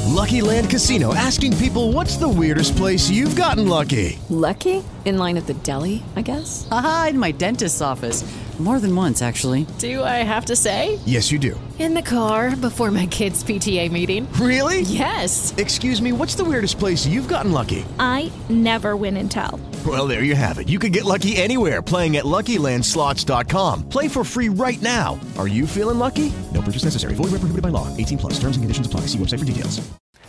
Lucky Land Casino, asking people, what's the weirdest place you've gotten lucky? Lucky? In line at the deli, I guess? Aha, in my dentist's office. More than once, actually. Do I have to say? Yes, you do. In the car before my kids' PTA meeting. Really? Yes. Excuse me, what's the weirdest place you've gotten lucky? I never win and tell. Well, there you have it. You can get lucky anywhere, playing at LuckyLandSlots.com. Play for free right now. Are you feeling lucky? No purchase necessary. Void where prohibited by law. 18+. Terms and conditions apply. See website for details.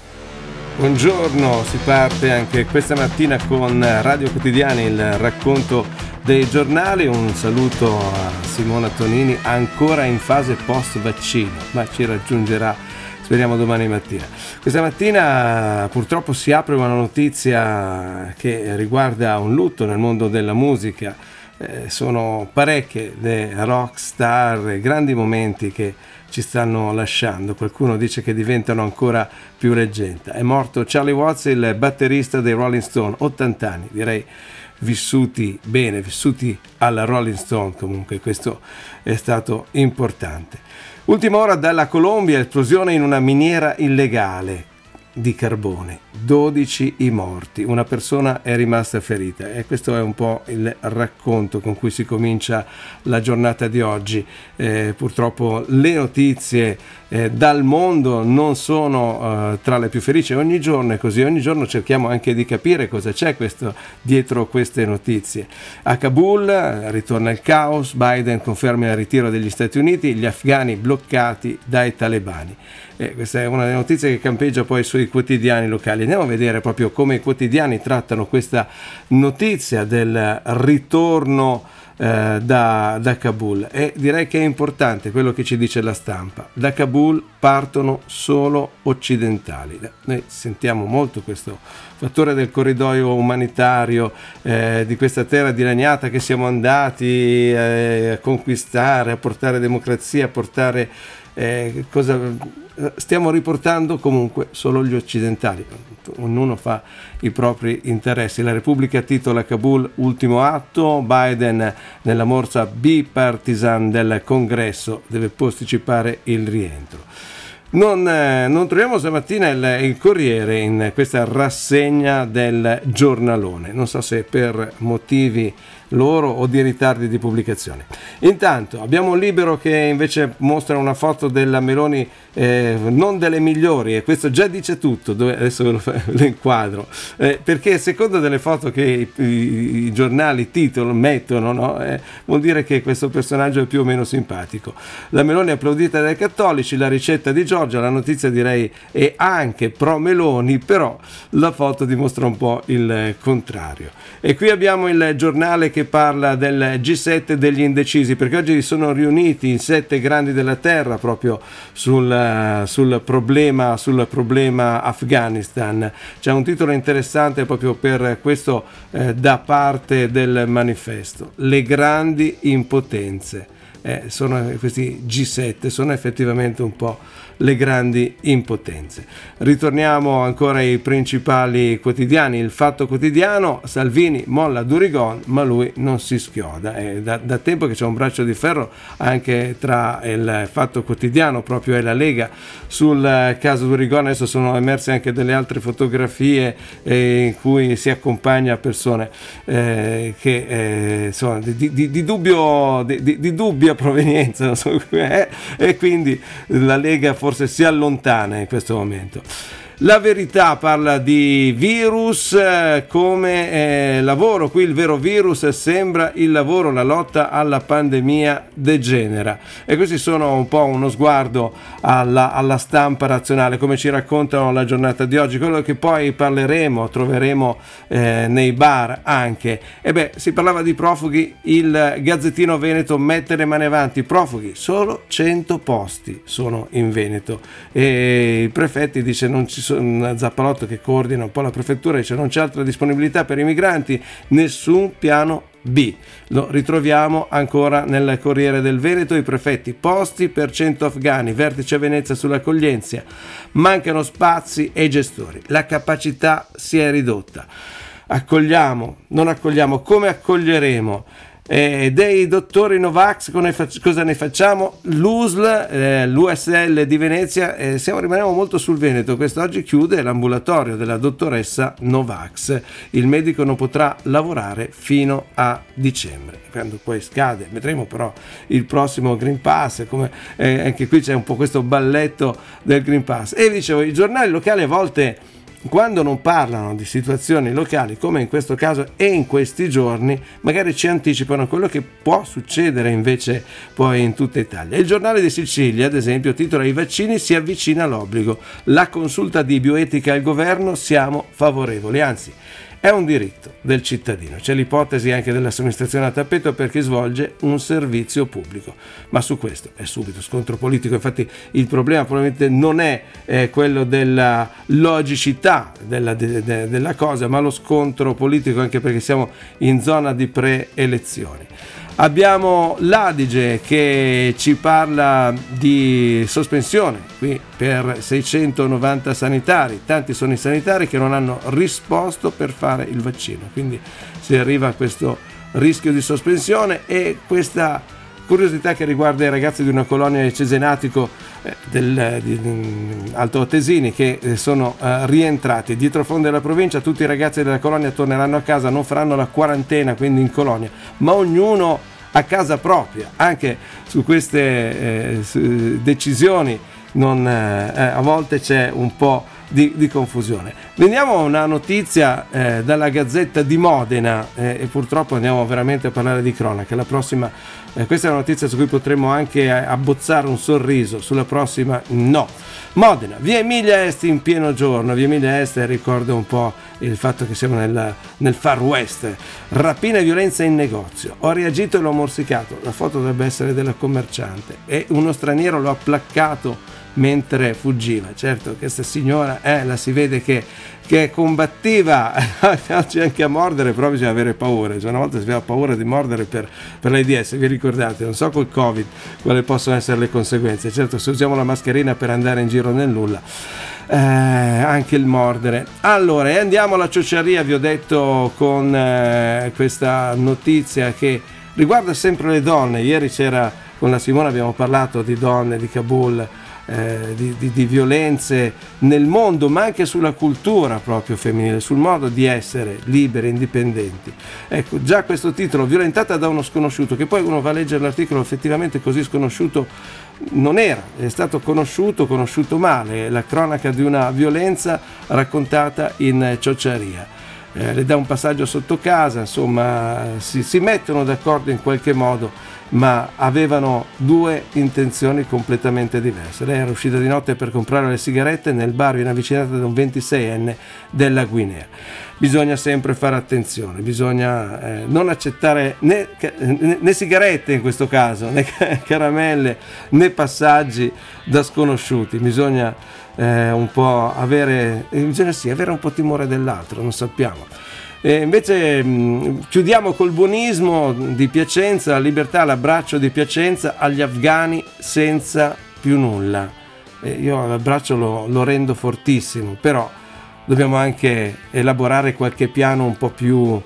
Buongiorno, si parte anche questa mattina con Radio Quotidiani, il racconto dei giornali. Un saluto a Simona Tonini, ancora in fase post vaccino, ma ci raggiungerà speriamo domani mattina. Questa mattina purtroppo si apre una notizia che riguarda un lutto nel mondo della musica. Sono parecchie le rock star, grandi momenti che ci stanno lasciando. Qualcuno dice che diventano ancora più leggenda. È morto Charlie Watts, il batterista dei Rolling Stone, 80 anni, direi vissuti bene, vissuti alla Rolling Stone. Comunque questo è stato importante. Ultima ora dalla Colombia, esplosione in una miniera illegale di carbone, 12 i morti, una persona è rimasta ferita, e questo è un po' il racconto con cui si comincia la giornata di oggi. Purtroppo le notizie dal mondo non sono tra le più felici, ogni giorno è così, ogni giorno cerchiamo anche di capire cosa c'è dietro queste notizie. A Kabul ritorna il caos, Biden conferma il ritiro degli Stati Uniti, gli afghani bloccati dai talebani. Questa è una delle notizie che campeggia poi sui quotidiani locali. Andiamo a vedere proprio come i quotidiani trattano questa notizia del ritorno da Kabul, e direi che è importante quello che ci dice la stampa. Da Kabul partono solo occidentali. Noi sentiamo molto questo fattore del corridoio umanitario, di questa terra dilaniata che siamo andati a conquistare, a portare democrazia, a portare cosa stiamo riportando comunque solo gli occidentali. Ognuno fa i propri interessi. La Repubblica titola Kabul ultimo atto, Biden nella morsa bipartisan del Congresso deve posticipare il rientro. Non troviamo stamattina il Corriere in questa rassegna del giornalone, non so se per motivi loro o di ritardi di pubblicazione. Intanto abbiamo un Libero che invece mostra una foto della Meloni, non delle migliori, e questo già dice tutto. Adesso ve lo inquadro, perché secondo delle foto che i giornali mettono, no? Vuol dire che questo personaggio è più o meno simpatico. La Meloni applaudita dai cattolici, la ricetta di Giorgia, la notizia direi è anche pro Meloni, però la foto dimostra un po' il contrario. E qui abbiamo il giornale che parla del G7 degli indecisi, perché oggi sono riuniti i 7 grandi della terra proprio sul problema Afghanistan. C'è un titolo interessante proprio per questo da parte del manifesto: le grandi impotenze. Questi G7 sono effettivamente un po' le grandi impotenze. Ritorniamo ancora ai principali quotidiani. Il Fatto Quotidiano: Salvini molla Durigon ma lui non si schioda. È da tempo che c'è un braccio di ferro anche tra il Fatto Quotidiano proprio e la Lega sul caso Durigon. Adesso sono emerse anche delle altre fotografie in cui si accompagna persone che sono di dubbia provenienza, non so, e quindi la Lega forse si allontana in questo momento. La Verità parla di virus come lavoro. Qui il vero virus sembra il lavoro, la lotta alla pandemia degenera. E questi sono un po' uno sguardo alla stampa razionale, come ci raccontano la giornata di oggi, quello che poi troveremo nei bar anche. Si parlava di profughi, il Gazzettino Veneto mette le mani avanti: profughi, solo 100 posti sono in Veneto, e i prefetti dice non ci sono, Zappalotto che coordina un po' la prefettura dice non c'è altra disponibilità per i migranti, nessun piano B. Lo ritroviamo ancora nel Corriere del Veneto: i prefetti, posti per 100 afghani, vertice a Venezia sull'accoglienza, mancano spazi e gestori, la capacità si è ridotta. Accogliamo, non accogliamo, come accoglieremo? Dei dottori Novax cosa ne facciamo? L'USL, l'USL di Venezia, rimaniamo molto sul Veneto. Quest'oggi chiude l'ambulatorio della dottoressa Novax. Il medico non potrà lavorare fino a dicembre, quando poi scade. Vedremo però il prossimo Green Pass, come anche qui c'è un po' questo balletto del Green Pass. E vi dicevo, i giornali locali a volte, quando non parlano di situazioni locali, come in questo caso e in questi giorni, magari ci anticipano quello che può succedere invece poi in tutta Italia. Il Giornale di Sicilia, ad esempio, titola: "I vaccini, si avvicina l'obbligo. La consulta di bioetica al governo, siamo favorevoli". Anzi, è un diritto del cittadino. C'è l'ipotesi anche della somministrazione a tappeto per chi svolge un servizio pubblico, ma su questo è subito scontro politico. Infatti il problema probabilmente non è quello della logicità della cosa, ma lo scontro politico, anche perché siamo in zona di preelezioni. Abbiamo l'Adige che ci parla di sospensione qui per 690 sanitari. Tanti sono i sanitari che non hanno risposto per fare il vaccino, quindi si arriva a questo rischio di sospensione. E questa curiosità che riguarda i ragazzi di una colonia di Cesenatico di Alto Tesini, che sono rientrati dietro fondo della provincia. Tutti i ragazzi della colonia torneranno a casa, non faranno la quarantena quindi in colonia, ma ognuno a casa propria. Anche su queste decisioni a volte c'è un po' di confusione. Veniamo a una notizia dalla Gazzetta di Modena, e purtroppo andiamo veramente a parlare di cronaca. La prossima, questa è una notizia su cui potremmo anche abbozzare un sorriso, sulla prossima no. Modena, via Emilia Est in pieno giorno. Via Emilia Est ricorda un po' il fatto che siamo nel Far West. Rapina e violenza in negozio. Ho reagito e l'ho morsicato. La foto dovrebbe essere della commerciante e uno straniero lo ha placcato mentre fuggiva. Certo, questa signora la si vede che è combattiva, oggi anche a mordere, però bisogna avere paura. Una volta si aveva paura di mordere per l'AIDS, vi ricordate? Non so col Covid quali possono essere le conseguenze. Certo, se usiamo la mascherina per andare in giro nel nulla, anche il mordere. Allora, e andiamo alla ciociaria, vi ho detto, con questa notizia che riguarda sempre le donne. Ieri con la Simona abbiamo parlato di donne, di Kabul, di violenze nel mondo, ma anche sulla cultura proprio femminile, sul modo di essere libere, indipendenti. Ecco, già questo titolo, violentata da uno sconosciuto, che poi uno va a leggere l'articolo, effettivamente così sconosciuto non era, è stato conosciuto male, la cronaca di una violenza raccontata in ciociaria. Le dà un passaggio sotto casa, insomma si mettono d'accordo in qualche modo, ma avevano due intenzioni completamente diverse. Lei era uscita di notte per comprare le sigarette nel bar, viene avvicinata da un 26enne della Guinea. Bisogna sempre fare attenzione, bisogna non accettare né sigarette in questo caso, né caramelle, né passaggi da sconosciuti. Bisogna un po' avere un po' timore dell'altro, non sappiamo. Invece chiudiamo col buonismo di Piacenza, la libertà, l'abbraccio di Piacenza agli afghani senza più nulla. Io l'abbraccio lo rendo fortissimo, però dobbiamo anche elaborare qualche piano un po' più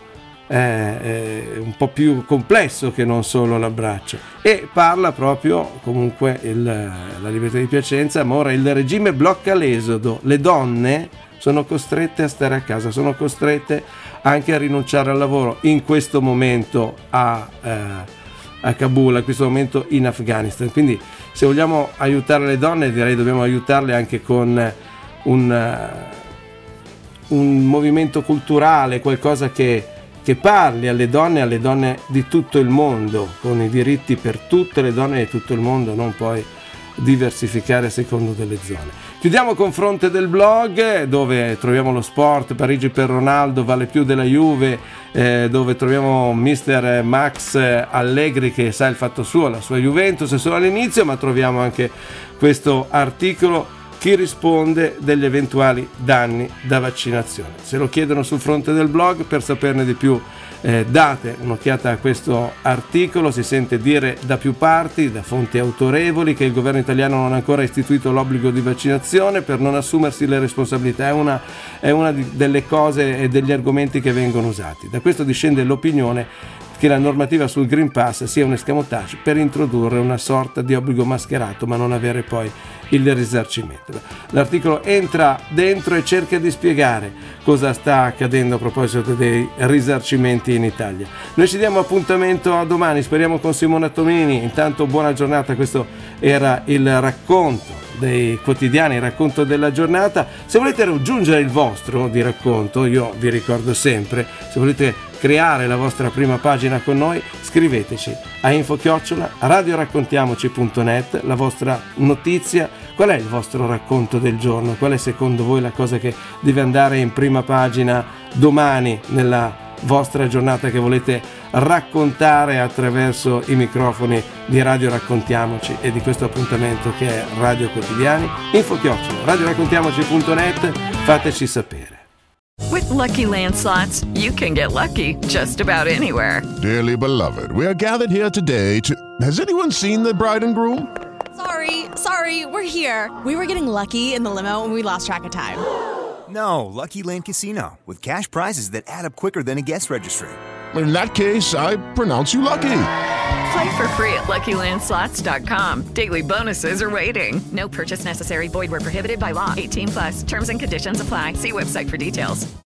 complesso che non solo l'abbraccio. E parla proprio comunque la libertà di Piacenza, ma ora il regime blocca l'esodo, le donne sono costrette a stare a casa, sono costrette anche a rinunciare al lavoro in questo momento a Kabul, in questo momento in Afghanistan. Quindi se vogliamo aiutare le donne, direi dobbiamo aiutarle anche con un movimento culturale, qualcosa che parli alle donne di tutto il mondo, con i diritti per tutte le donne di tutto il mondo, non poi diversificare a secondo delle zone. Chiudiamo con Fronte del Blog, dove troviamo lo sport, Parigi per Ronaldo vale più della Juve, dove troviamo mister Max Allegri che sa il fatto suo, la sua Juventus è solo all'inizio, ma troviamo anche questo articolo: chi risponde degli eventuali danni da vaccinazione. Se lo chiedono sul Fronte del Blog, per saperne di più date un'occhiata a questo articolo. Si sente dire da più parti, da fonti autorevoli, che il governo italiano non ha ancora istituito l'obbligo di vaccinazione per non assumersi le responsabilità. È una delle cose e degli argomenti che vengono usati. Da questo discende l'opinione che la normativa sul Green Pass sia un escamotage per introdurre una sorta di obbligo mascherato ma non avere poi il risarcimento. L'articolo entra dentro e cerca di spiegare cosa sta accadendo a proposito dei risarcimenti in Italia. Noi ci diamo appuntamento a domani, speriamo con Simona Tonini. Intanto buona giornata, questo era il racconto dei quotidiani, il racconto della giornata. Se volete raggiungere il vostro di racconto, io vi ricordo sempre, se volete creare la vostra prima pagina con noi, scriveteci a info@radioraccontiamoci.net la vostra notizia. Qual è il vostro racconto del giorno? Qual è secondo voi la cosa che deve andare in prima pagina domani nella vostra giornata, che volete raccontare attraverso i microfoni di Radio Raccontiamoci e di questo appuntamento che è Radio Quotidiani? info@radioraccontiamoci.net, fateci sapere. With Lucky Land Slots, you can get lucky just about anywhere. Dearly beloved, we are gathered here today to... Has anyone seen the bride and groom? Sorry, we're here. We were getting lucky in the limo and we lost track of time. No, Lucky Land Casino, with cash prizes that add up quicker than a guest registry. In that case, I pronounce you lucky. Play for free at LuckyLandSlots.com. Daily bonuses are waiting. No purchase necessary. Void where prohibited by law. 18+. Terms and conditions apply. See website for details.